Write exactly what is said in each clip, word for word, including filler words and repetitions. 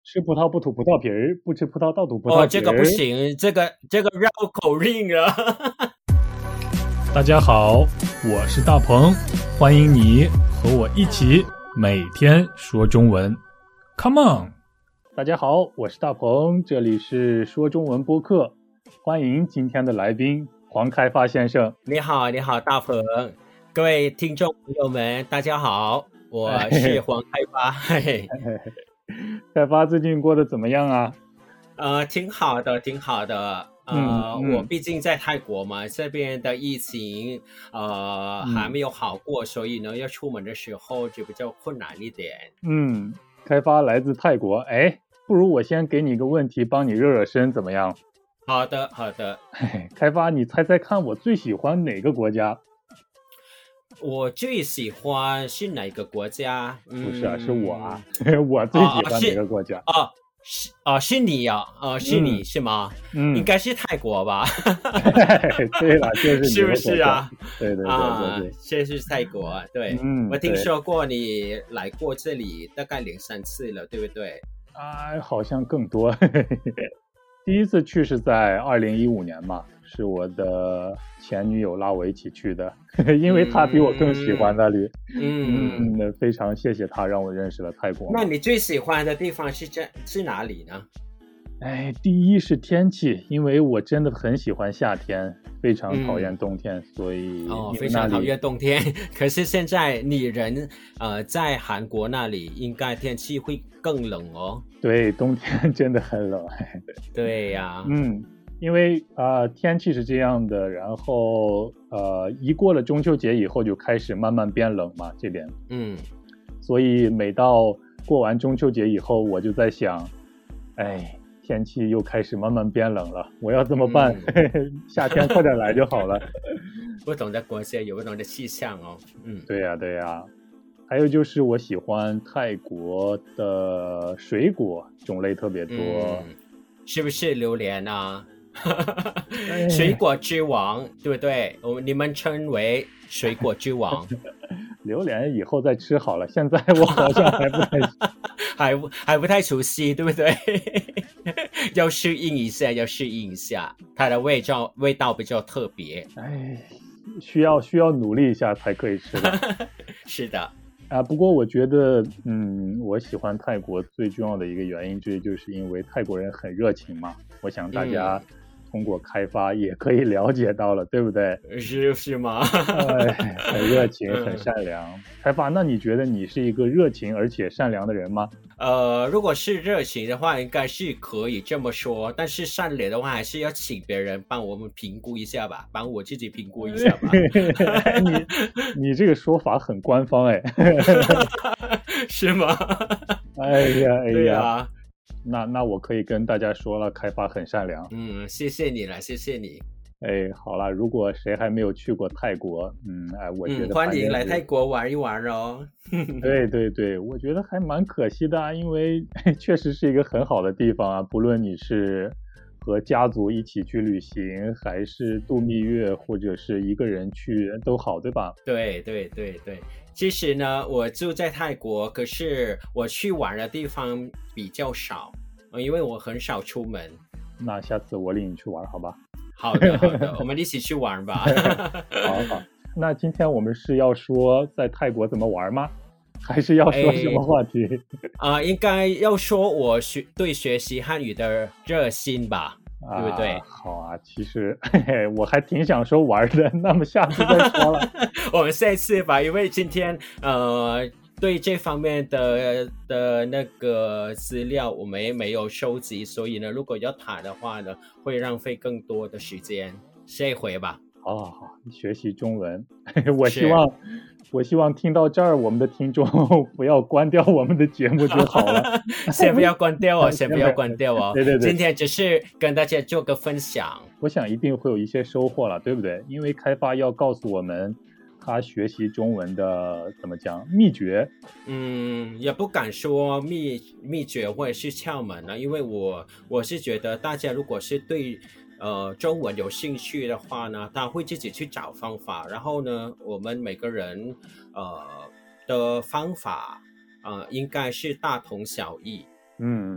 吃葡萄不吐葡萄皮儿，不吃葡萄倒吐葡萄皮儿。 哦，这个不行，这个这个绕口令啊。 大家好，我是大鹏，欢迎你和我一起每天说中文 Come on。 大家好，我是大鹏，这里是说中文播客，欢迎今天的来宾黄开发先生。 你好你好大鹏，各位听众朋友们大家好，我是黄开发。嘿开发最近过得怎么样啊？ 呃，挺好的挺好的。呃、 嗯嗯、 我毕竟在泰国嘛，这边的疫情呃、嗯、还没有好过，所以呢要出门的时候就比较困难一点。 嗯，开发来自泰国，哎，不如我先给你一个问题帮你热热身怎么样？ 好的好的。 开发，你猜猜看我最喜欢哪个国家？ 我最喜欢是哪个国家？ 不是啊，是我啊。我最喜欢哪个国家？ 哦，哦是啊，是你啊，呃，是你、嗯、是吗？嗯，应该是泰国吧。 对了，就是你， 是不是啊？ 对对对对对， 啊，这是泰国，对，嗯，我听说过你来过这里大概两三次了，对不对？ 啊，好像更多。第一次去是在二零一五年嘛，是我的前女友拉我一起去的，因为她比我更喜欢那里。嗯，嗯，非常谢谢她让我认识了泰国。 那你最喜欢的地方是这是哪里呢？ 哎，第一是天气，因为我真的很喜欢夏天，非常讨厌冬天，嗯、所以哦，非常讨厌冬天。可是现在你人呃在韩国那里，应该天气会更冷哦。 对，冬天真的很冷。 对呀、啊， 嗯，因为呃天气是这样的，然后呃一过了中秋节以后就开始慢慢变冷嘛，这边。嗯，所以每到过完中秋节以后，我就在想，哎。天气又开始慢慢变冷了，我要怎么办？嗯、夏天快点来就好了。 不同的国家有不同的气象哦。 嗯，对呀、啊、对呀、啊。还有就是我喜欢泰国的水果种类特别多，嗯、 是不是榴莲啊？水果之王，对不对？我你们称为水果之王。 榴莲以后再吃好了，现在我好像还不太还还不太熟悉，对不对？要适应一下，要适应一下，它的味道味道比较特别。 哎，需要需要努力一下才可以吃的。 是的啊，不过我觉得，嗯，我喜欢泰国最重要的一个原因，这就是因为泰国人很热情嘛。我想大家通过开发也可以了解到了，对不对？ 是是吗？ 哎，很热情，很善良。嗯、开发，那你觉得你是一个热情而且善良的人吗？ 呃，如果是热情的话，应该是可以这么说。但是善良的话，还是要请别人帮我们评估一下吧，帮我自己评估一下吧。 你你这个说法很官方哎。 是吗？ 哎呀哎呀。 对啊。 那那我可以跟大家说了，开发很善良。 嗯，谢谢你了，谢谢你。 哎，好了，如果谁还没有去过泰国，嗯，哎，我觉得、 嗯、欢迎来泰国玩一玩哦。 对对对，我觉得还蛮可惜的，因为确实是一个很好的地方啊，不论你是和家族一起去旅行，还是度蜜月，或者是一个人去都好，对吧？ 对对对对，其实呢，我住在泰国，可是我去玩的地方比较少，因为我很少出门。 那下次我领你去玩，好吧？ 好的好的，我们一起去玩吧。 好好，那今天我们是要说在泰国怎么玩吗？还是要说什么话题？ 啊、呃，应该要说我学对学习汉语的热心吧，啊、对不对？ 好啊，其实嘿嘿我还挺想说玩的，那么下次再说了。 我们下一次吧，因为今天呃。对这方面的的那个资料我们也没有收集，所以呢，如果要谈的话呢，会浪费更多的时间。下一回吧。 好好好，学习中文。我希望，我希望听到这儿，我们的听众不要关掉我们的节目就好了。 先不要关掉哦，先不要关掉哦。 对对对， 今天只是跟大家做个分享。 我想一定会有一些收获了，对不对？因为开发要告诉我们。他学习中文的怎么讲秘诀？ 嗯，也不敢说秘秘诀或者是窍门呢，因为我我是觉得大家如果是对呃中文有兴趣的话呢，他会自己去找方法，然后呢，我们每个人呃的方法呃应该是大同小异。 嗯，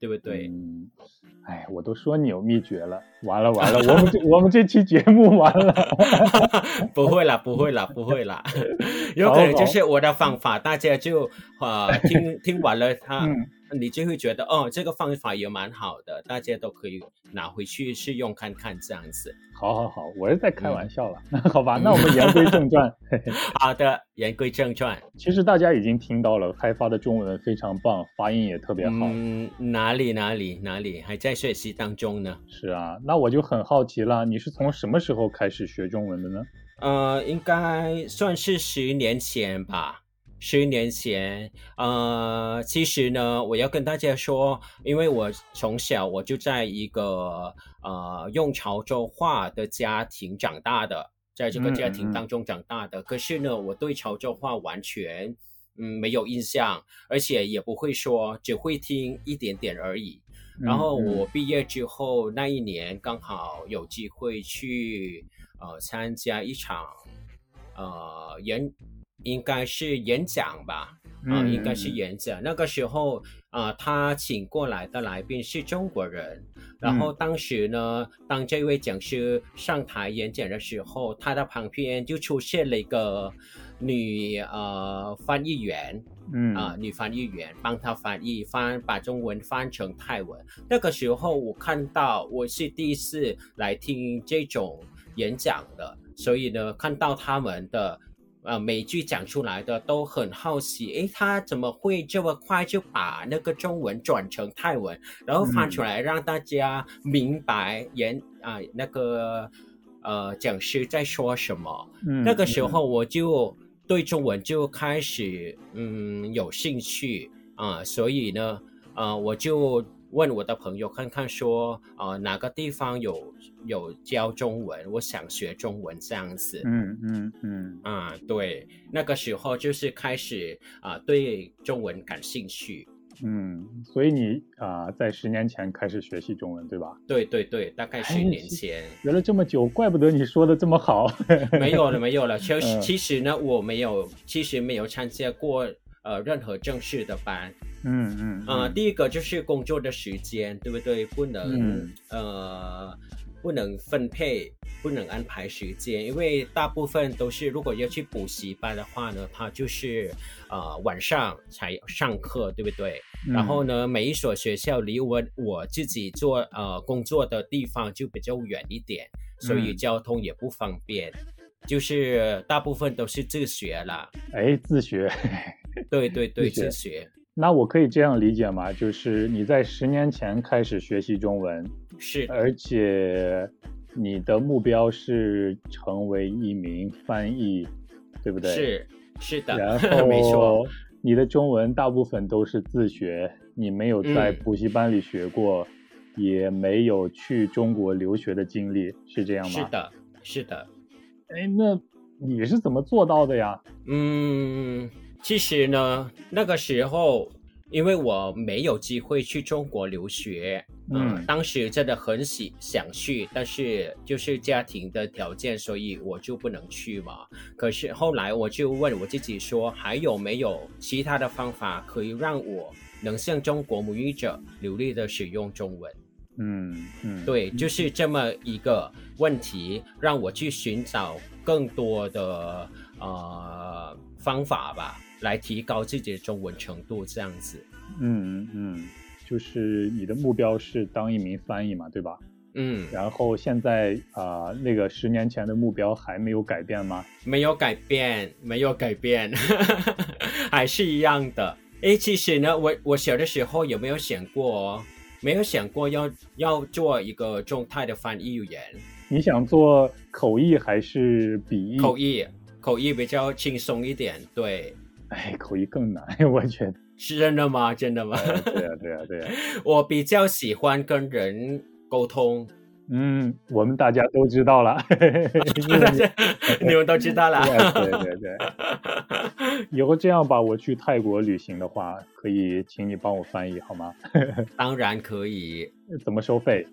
对不对？ 嗯，哎，我都说你有秘诀了，完了完了，我们这我们这期节目完了。 不会啦，不会啦，不会啦，有可能就是我的方法，大家就呃听听完了他。嗯你就会觉得哦，这个方法也蛮好的，大家都可以拿回去试用看看这样子。 好好好，我是在开玩笑了。嗯、好吧，那我们言归正传。 好的，言归正传。 其实大家已经听到了，开发的中文非常棒，发音也特别好。 嗯，哪里哪里哪里还在学习当中呢？ 是啊，那我就很好奇了，你是从什么时候开始学中文的呢？ 呃，应该算是十年前吧。十年前，呃，其实呢，我要跟大家说，因为我从小我就在一个呃用潮州话的家庭长大的，在这个家庭当中长大的。嗯嗯可是呢，我对潮州话完全嗯没有印象，而且也不会说，只会听一点点而已。然后我毕业之后那一年，刚好有机会去呃参加一场呃演。应该是演讲吧，啊、呃，应该是演讲。那个时候啊、呃，他请过来的来宾是中国人，然后当时呢，当这位讲师上台演讲的时候，他的旁边就出现了一个女呃翻译员，嗯啊、呃，女翻译员帮他翻译翻把中文翻成泰文。那个时候我看到我是第一次来听这种演讲的，所以呢，看到他们的。呃，每句讲出来的都很好奇，诶，他怎么会这么快就把那个中文转成泰文，然后翻出来让大家明白演啊、呃、那个呃讲师在说什么。嗯，那个时候我就对中文就开始嗯有兴趣啊、呃，所以呢，呃，我就问我的朋友看看说，呃，哪个地方有有教中文，我想学中文这样子。 嗯嗯嗯啊，对，那个时候就是开始啊、呃，对中文感兴趣。 嗯，所以你啊、呃，在十年前开始学习中文，对吧？ 对对对，大概十年前。 学了这么久，怪不得你说的这么好。 没有了，没有了。其实、嗯、其实呢，我没有，其实没有参加过呃任何正式的班。 嗯嗯啊、呃，第一个就是工作的时间，对不对？不能、嗯、呃。不能分配，不能安排时间，因为大部分都是如果要去补习班的话呢，它就是呃晚上才上课，对不对？嗯、然后呢，每一所学校离我我自己做呃工作的地方就比较远一点，所以交通也不方便，嗯、就是大部分都是自学啦。 哎，自学。 对对对，自学。自学那我可以这样理解吗？就是你在十年前开始学习中文， 是， 而且你的目标是成为一名翻译，对不对？ 是是的， 然后没错。 你的中文大部分都是自学，你没有在补习班里学过，嗯、也没有去中国留学的经历，是这样吗？ 是的，是的。 哎，那你是怎么做到的呀？ 嗯。其实呢，那个时候因为我没有机会去中国留学，嗯，呃、当时真的很喜想去，但是就是家庭的条件，所以我就不能去嘛。可是后来我就问我自己说，还有没有其他的方法可以让我能像中国母语者流利的使用中文？ 嗯嗯， 对，就是这么一个问题，让我去寻找更多的呃方法吧。来提高自己的中文程度，这样子。 嗯嗯，就是你的目标是当一名翻译嘛，对吧？ 嗯。 然后现在啊、呃，那个十年前的目标还没有改变吗？ 没有改变，没有改变，还是一样的。诶，其实呢，我我小的时候有没有想过，没有想过要要做一个中泰的翻译员？ 你想做口译还是笔译？ 口译，口译比较轻松一点，对。 哎，口译更难，我觉得。 是真的吗？真的吗？ 对啊，对啊，对啊。 我比较喜欢跟人沟通。 嗯，我们大家都知道了。 你们都知道了。 对对对。以后这样吧，我去泰国旅行的话，可以请你帮我翻译好吗？ 当然可以。 怎么收费？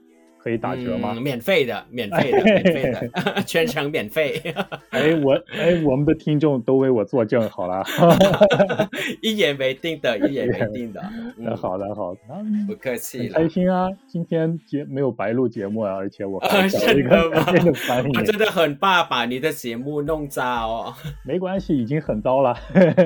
可以打折吗？ 嗯、免费的，免费的，免费的，全程免费。 哎，我哎，我们的听众都为我作证，好了。 一言为定的，一言为定的。 嗯、好的，好的， 不客气了。很开心啊，今天节没有白录节目啊，而且我还找了一个改变的翻译， 我真的很怕把你的节目弄糟哦。 没关系，已经很糟了。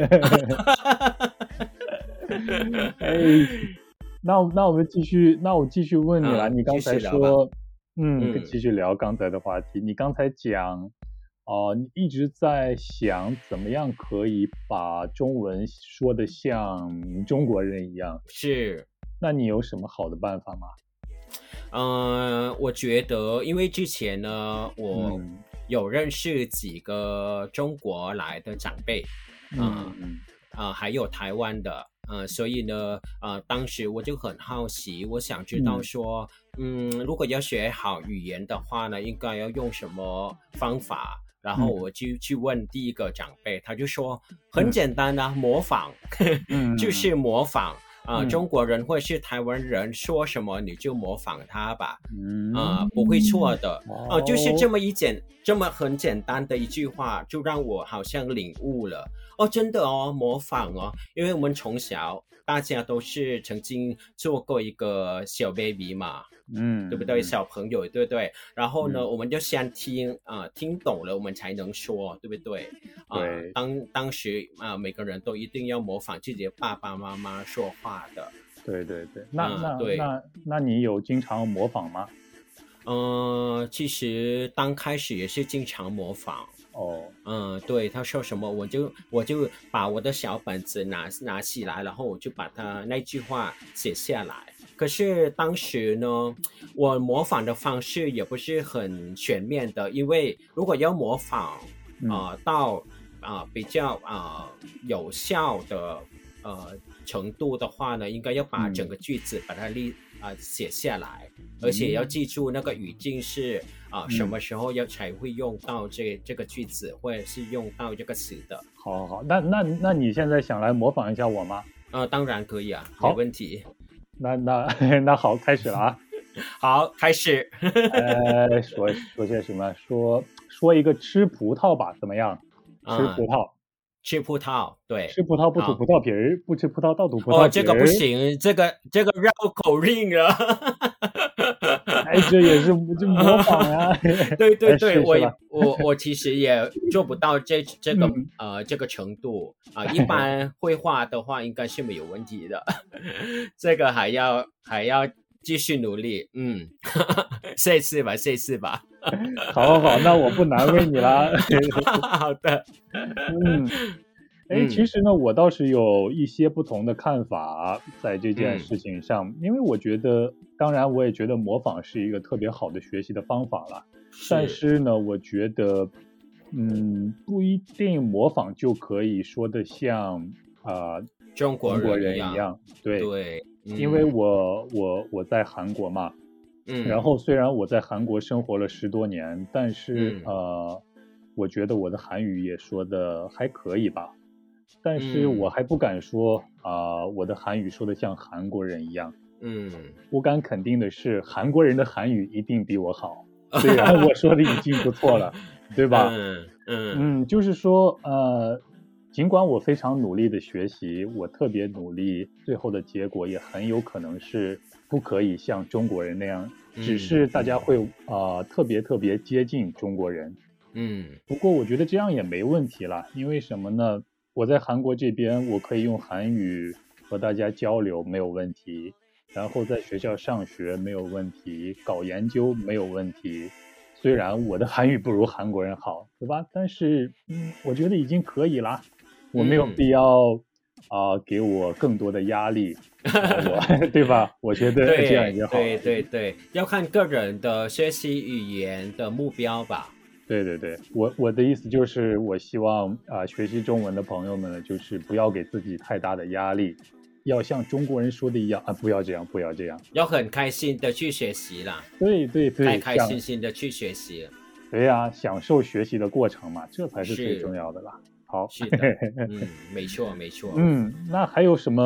哎，那那我们继续，那我继续问你了。嗯、你刚才说，嗯，嗯继续聊刚才的话题。你刚才讲，哦、呃，你一直在想怎么样可以把中文说得像中国人一样。 是， 那你有什么好的办法吗？ 嗯、呃，我觉得，因为之前呢，我有认识几个中国来的长辈，嗯嗯、呃呃，还有台湾的。呃，所以呢，呃，当时我就很好奇，我想知道说，嗯，嗯如果要学好语言的话呢，应该要用什么方法？然后我就去问第一个长辈，他就说很简单啊，模仿，就是模仿啊、呃嗯，中国人或是台湾人说什么你就模仿他吧，啊、呃，不会错的，啊、呃，就是这么一简，这么很简单的一句话，就让我好像领悟了。哦，真的哦，模仿哦，因为我们从小大家都是曾经做过一个小 baby 嘛，嗯，对不对？小朋友，对不对？然后呢，嗯、我们就先听啊、呃，听懂了我们才能说，对不对？啊、呃，当当时啊、呃，每个人都一定要模仿自己的爸爸妈妈说话的。 对对对，那、呃、那对那那你有经常模仿吗？ 嗯、呃，其实刚开始也是经常模仿。哦，嗯，对，他说什么我就我就把我的小本子拿拿起来，然后我就把他那句话写下来。可是当时呢，我模仿的方式也不是很全面的，因为如果要模仿啊、呃、到啊、呃、比较啊、呃、有效的呃程度的话呢，应该要把整个句子把它立啊、呃、写下来，而且要记住那个语境是。啊，什么时候要才会用到这这个句子，或者是用到这个词的？ 好好好，那那那你现在想来模仿一下我吗？ 呃，当然可以啊，没问题。 那那那好，开始了啊！ 好，开始。 呃，说说些什么？说说一个吃葡萄吧，怎么样？吃葡萄。 嗯吃葡萄，对， 吃葡萄不吐葡萄皮儿，不吃葡萄倒吐葡萄皮儿。 哦，这个不行，这个这个绕口令啊。 哎，这也是这模仿呀。 对对对，我我我其实也做不到这这个、嗯、呃这个程度啊、呃。一般绘画的话，应该是没有问题的。这个还要还要继续努力，嗯，下一次吧，下一次吧。 好好好，那我不难为你啦。 好的， 嗯，哎，其实呢，我倒是有一些不同的看法在这件事情上，嗯、因为我觉得，当然我也觉得模仿是一个特别好的学习的方法了，是但是呢，我觉得，嗯，不一定模仿就可以说得像啊、呃、 中国人一样，样对对、 嗯，因为我我我在韩国嘛。嗯，然后虽然我在韩国生活了十多年，但是、嗯、呃，我觉得我的韩语也说的还可以吧，但是我还不敢说啊、呃，我的韩语说的像韩国人一样。嗯，我敢肯定的是，韩国人的韩语一定比我好，虽然我说的已经不错了，对吧？ 嗯嗯嗯，就是说呃，尽管我非常努力的学习，我特别努力，最后的结果也很有可能是。不可以像中国人那样，只是大家会啊、呃、特别特别接近中国人。嗯，不过我觉得这样也没问题啦，因为什么呢？我在韩国这边，我可以用韩语和大家交流没有问题，然后在学校上学没有问题，搞研究没有问题。虽然我的韩语不如韩国人好，对吧？但是嗯，我觉得已经可以啦，我没有必要。啊、呃，给我更多的压力，我对吧？我觉得这样已经好了。 对对对，要看个人的学习语言的目标吧。 对对对，我我的意思就是，我希望啊、呃，学习中文的朋友们呢，就是不要给自己太大的压力，要像中国人说的一样啊，不要这样，不要这样， 要很开心的去学习啦。 对对对， 开开心心的去学习。 对呀、啊，享受学习的过程嘛，这才是最重要的啦。好， 是的，嗯，没错没错。 嗯，那还有什么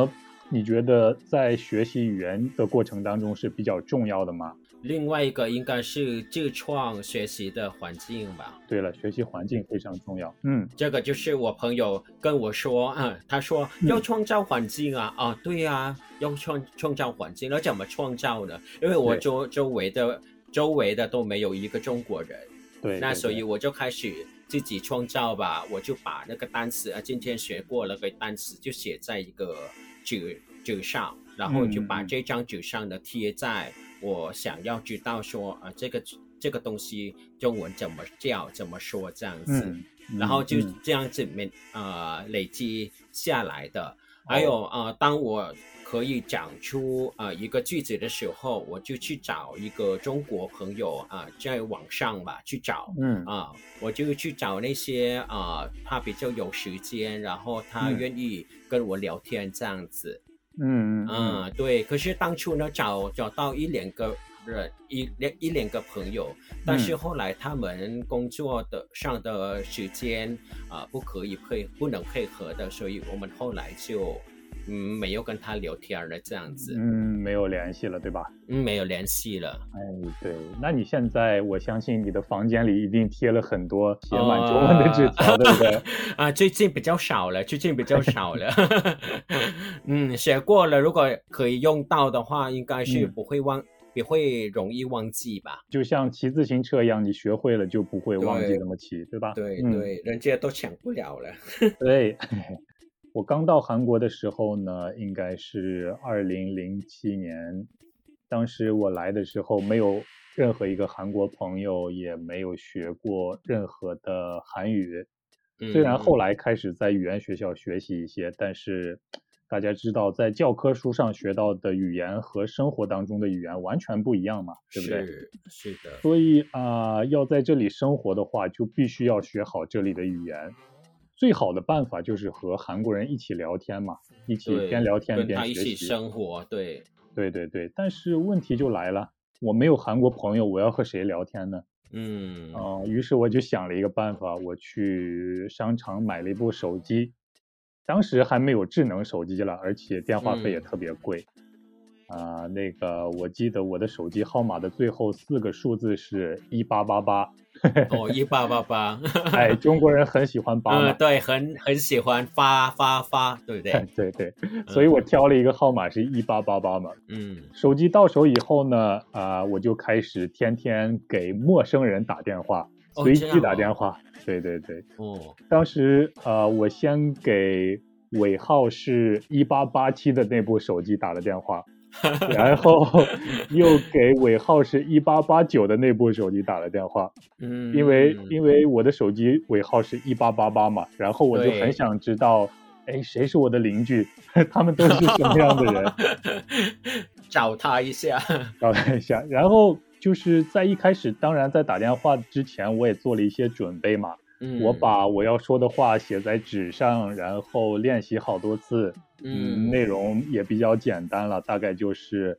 你觉得在学习语言的过程当中是比较重要的吗？ 另外一个应该是自创学习的环境吧。 对了，学习环境非常重要。嗯， 这个就是我朋友跟我说啊，他说要创造环境啊，嗯、啊，对啊，要创创造环境，那怎么创造呢？因为我周周围的周围的都没有一个中国人， 对， 那所以我就开始自己创造吧，我就把那个单词啊，今天学过那个单词就写在一个纸纸上，然后就把这张纸上的贴在我想要知道说啊，这个这个东西中文怎么叫怎么说这样子， 嗯嗯、 然后就这样子没呃累积下来的。还有呃，当我可以讲出呃一个句子的时候，我就去找一个中国朋友啊、呃，在网上吧去找，嗯啊、呃，我就去找那些啊、呃、他比较有时间，然后他愿意跟我聊天这样子， 嗯嗯嗯，对。可是当初呢，找找到一两个人，一一两个朋友，但是后来他们工作的上的时间啊、呃、不可以配不能配合的，所以我们后来就嗯没有跟他聊天了，这样子。 嗯，没有联系了，对吧？ 嗯，没有联系了。 哎，对，那你现在我相信你的房间里一定贴了很多写满中文的纸条，呃、对不对？ 啊，最近比较少了，最近比较少了。嗯，写过了，如果可以用到的话，应该是不会忘。嗯也会容易忘记吧， 就像骑自行车一样，你学会了就不会忘记怎么骑， 对, 对吧？ 对、嗯、对，人家都抢不了了。 对，我刚到韩国的时候呢，应该是二零零七年，当时我来的时候没有任何一个韩国朋友，也没有学过任何的韩语，虽然后来开始在语言学校学习一些，但是大家知道，在教科书上学到的语言和生活当中的语言完全不一样嘛，对不对？ 是是的。 所以啊、呃，要在这里生活的话，就必须要学好这里的语言。最好的办法就是和韩国人一起聊天嘛，一起边聊天边学习， 跟他一起生活。对对对对。但是问题就来了，我没有韩国朋友，我要和谁聊天呢？ 嗯啊、呃，于是我就想了一个办法，我去商场买了一部手机。当时还没有智能手机了，而且电话费也特别贵，啊、嗯呃，那个我记得我的手机号码的最后四个数字是一八八八。 哦，一八八八。 哎，中国人很喜欢八嘛， 嗯，对，很很喜欢发发发，对不对？ 对对，所以我挑了一个号码是一八八八嘛。 嗯， 手机到手以后呢，啊、呃，我就开始天天给陌生人打电话，随机打电话。哦对对对， 哦， 当时呃，我先给尾号是一八八七的那部手机打了电话，然后又给尾号是一八八九的那部手机打了电话，嗯，因为因为我的手机尾号是一八八八嘛，然后我就很想知道，哎，谁是我的邻居，他们都是什么样的人， 找他一下， 找他一下，然后。就是在一开始，当然在打电话之前，我也做了一些准备嘛。嗯，我把我要说的话写在纸上，然后练习好多次。嗯，内容也比较简单了，大概就是，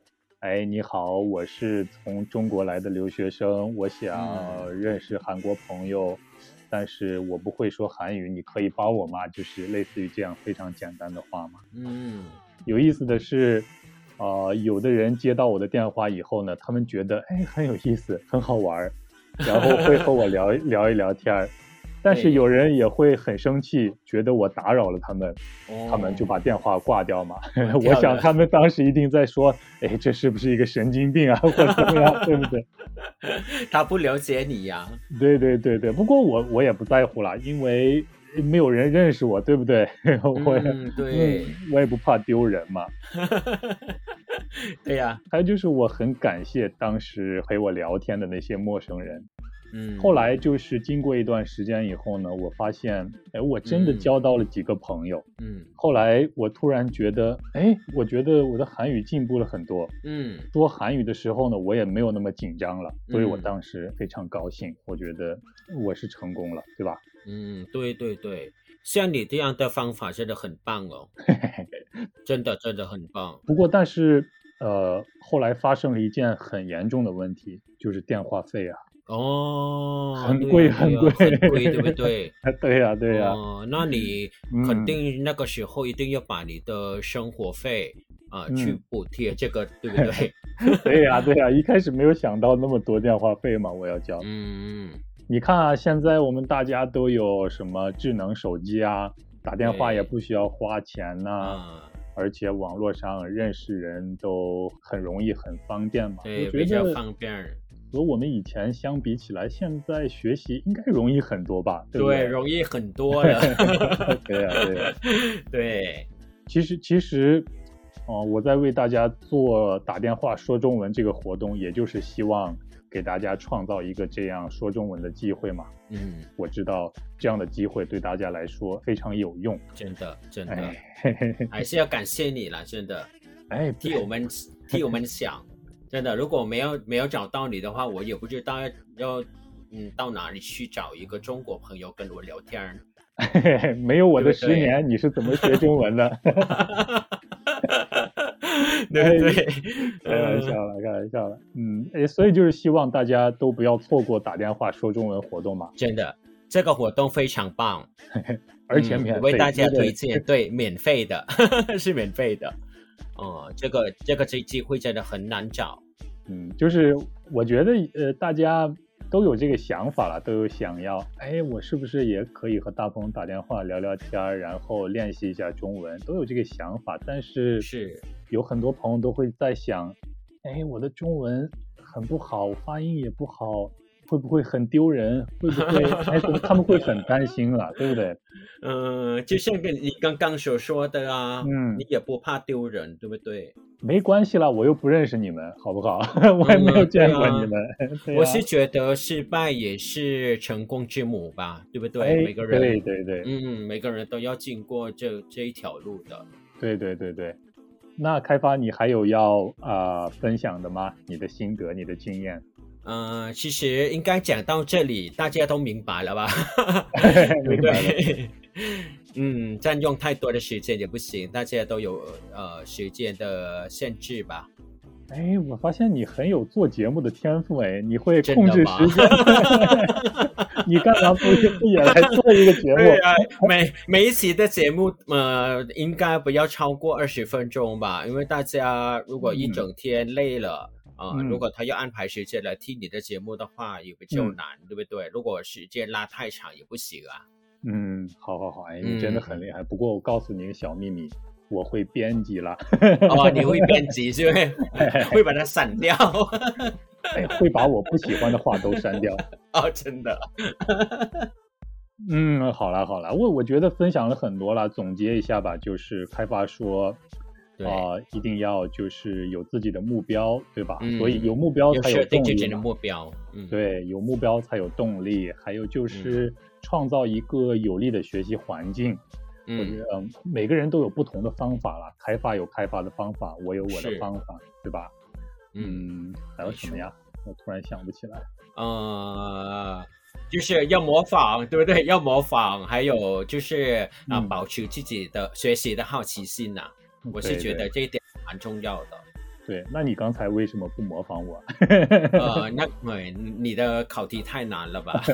哎，你好，我是从中国来的留学生，我想认识韩国朋友，但是我不会说韩语，你可以帮我吗？就是类似于这样非常简单的话嘛。嗯，有意思的是。呃，有的人接到我的电话以后呢，他们觉得哎很有意思，很好玩，然后会和我聊聊一聊天。但是有人也会很生气，觉得我打扰了他们，哦、他们就把电话挂掉嘛。我想他们当时一定在说，哎，这是不是一个神经病啊，或者怎么样，对不对？ 他不了解你呀、啊。 对对对对，不过我我也不在乎啦，因为。没有人认识我，对不对？我也、 嗯、对、嗯， 我也不怕丢人嘛。 对呀、啊， 还有就是我很感谢当时陪我聊天的那些陌生人。嗯，后来就是经过一段时间以后呢，我发现，哎，我真的交到了几个朋友。嗯，后来我突然觉得，哎，我觉得我的韩语进步了很多。嗯，说韩语的时候呢，我也没有那么紧张了，所以我当时非常高兴，我觉得我是成功了，对吧？ 嗯，对对对，像你这样的方法真的很棒哦，真的真的很棒。 不过，但是呃，后来发生了一件很严重的问题，就是电话费啊。 哦， 很贵很贵很贵，对不对？ 对呀、啊、对呀、啊哦，那你肯定那个时候一定要把你的生活费啊、呃嗯、去补贴这个，对不对？ 对呀、啊、对呀、啊，一开始没有想到那么多电话费嘛，我要交。 嗯， 你看啊，现在我们大家都有什么智能手机啊，打电话也不需要花钱呐、啊。而且网络上认识人都很容易很方便嘛， 对，比较方便。 和我们以前相比起来，现在学习应该容易很多吧？对不对？ 对，容易很多了。 对呀、啊，对呀、啊， 对。 其实其实，哦、呃，我在为大家做打电话说中文这个活动，也就是希望给大家创造一个这样说中文的机会嘛。 嗯， 我知道这样的机会对大家来说非常有用， 真的真的， 哎、 还是要感谢你了，真的， 哎， 替我们替我们想，真的，如果没有没有找到你的话，我也不知道要嗯到哪里去找一个中国朋友跟我聊天。 没有我的十年，你是怎么学中文的？ 对对， 开玩笑了，开玩笑了。嗯，哎，所以就是希望大家都不要错过打电话说中文活动嘛。 真的，这个活动非常棒， 而且免费， 嗯、为大家推荐，对，免费的，是免费的。哦、呃，这个这个这机会真的很难找。 嗯，就是我觉得呃，大家都有这个想法了，都有想要，哎，我是不是也可以和大鹏打电话聊聊天，然后练习一下中文，都有这个想法。但是是有很多朋友都会在想，哎，我的中文很不好，发音也不好，会不会很丢人？会不会？哎，他们会很担心了，对不对？ 嗯、呃，就像跟你刚刚所说的啊，嗯，你也不怕丢人，对不对？ 没关系啦，我又不认识你们，好不好？我也没有见过你们。 嗯啊啊、我是觉得失败也是成功之母吧，对不对？ 哎、 每个人， 对对对， 嗯，每个人都要经过这这一条路的。 对对对对。那开发，你还有要啊、呃、分享的吗？你的心得，你的经验？ 嗯、呃，其实应该讲到这里，大家都明白了吧？对不对？嗯，占用太多的时间也不行，大家都有呃时间的限制吧。 哎，我发现你很有做节目的天赋，哎，你会控制时间。你干嘛不也来做一个节目？ 对啊，每每一期的节目，呃，应该不要超过二十分钟吧，因为大家如果一整天累了。嗯呃、如果他要安排时间来听你的节目的话，也比较难，嗯、对不对？如果时间拉太长也不行啊。 嗯，好好好，哎，你真的很厉害。嗯、不过我告诉你一个小秘密，我会编辑了。 哦，你会编辑是不是？会把它删掉。 哎，会把我不喜欢的话都删掉。 哦，真的。 嗯，好了好了，我我觉得分享了很多了，总结一下吧，就是开发说。啊、呃，一定要就是有自己的目标，对吧？嗯、所以有目标才有动力。 有自己的目标，嗯， 对，有目标才有动力。还有就是创造一个有利的学习环境。嗯，我觉得每个人都有不同的方法了，开发有开发的方法，我有我的方法，对吧？嗯，还有什么呀？我突然想不起来。 呃，就是要模仿，对不对？要模仿，还有就是啊、呃嗯，保持自己的学习的好奇心呐、啊。我是觉得这一点蛮重要的。 对，那你刚才为什么不模仿我？ 呃，那对你的考题太难了吧？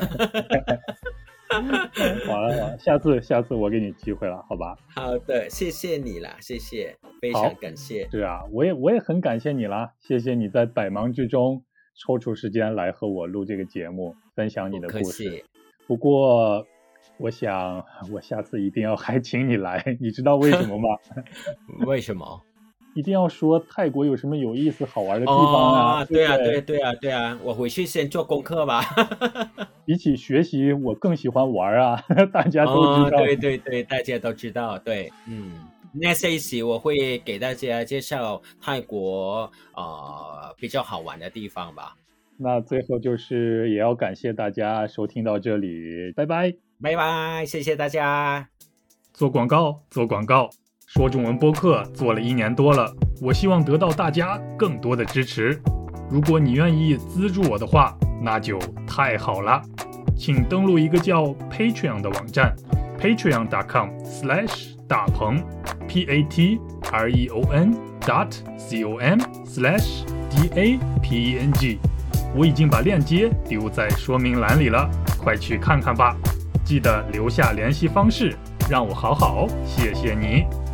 好了好了，下次下次我给你机会了，好吧？ 好的，谢谢你啦，谢谢，非常感谢。 是啊，我也我也很感谢你啦，谢谢你在百忙之中抽出时间来和我录这个节目，分享你的故事。不过。我想我下次一定要还请你来，你知道为什么吗？ 为什么？ 一定要说泰国有什么有意思好玩的地方啊！ 哦、对啊，对对啊，对啊，我回去先做功课吧。 比起学习，我更喜欢玩啊！大家都知道、 哦。对对对，大家都知道。对，嗯，那这一期我会给大家介绍泰国呃比较好玩的地方吧。 那最后就是也要感谢大家收听到这里，拜拜。 拜拜，谢谢大家。 做广告，做广告，说中文播客做了一年多了，我希望得到大家更多的支持。如果你愿意资助我的话，那就太好了。请登录一个叫 Patreon 的网站 patreon dot com slash 大鹏 p a t r e o n dot com slash d a p e n g。 我已经把链接丢在说明栏里了，快去看看吧。记得留下联系方式，让我好好谢谢你。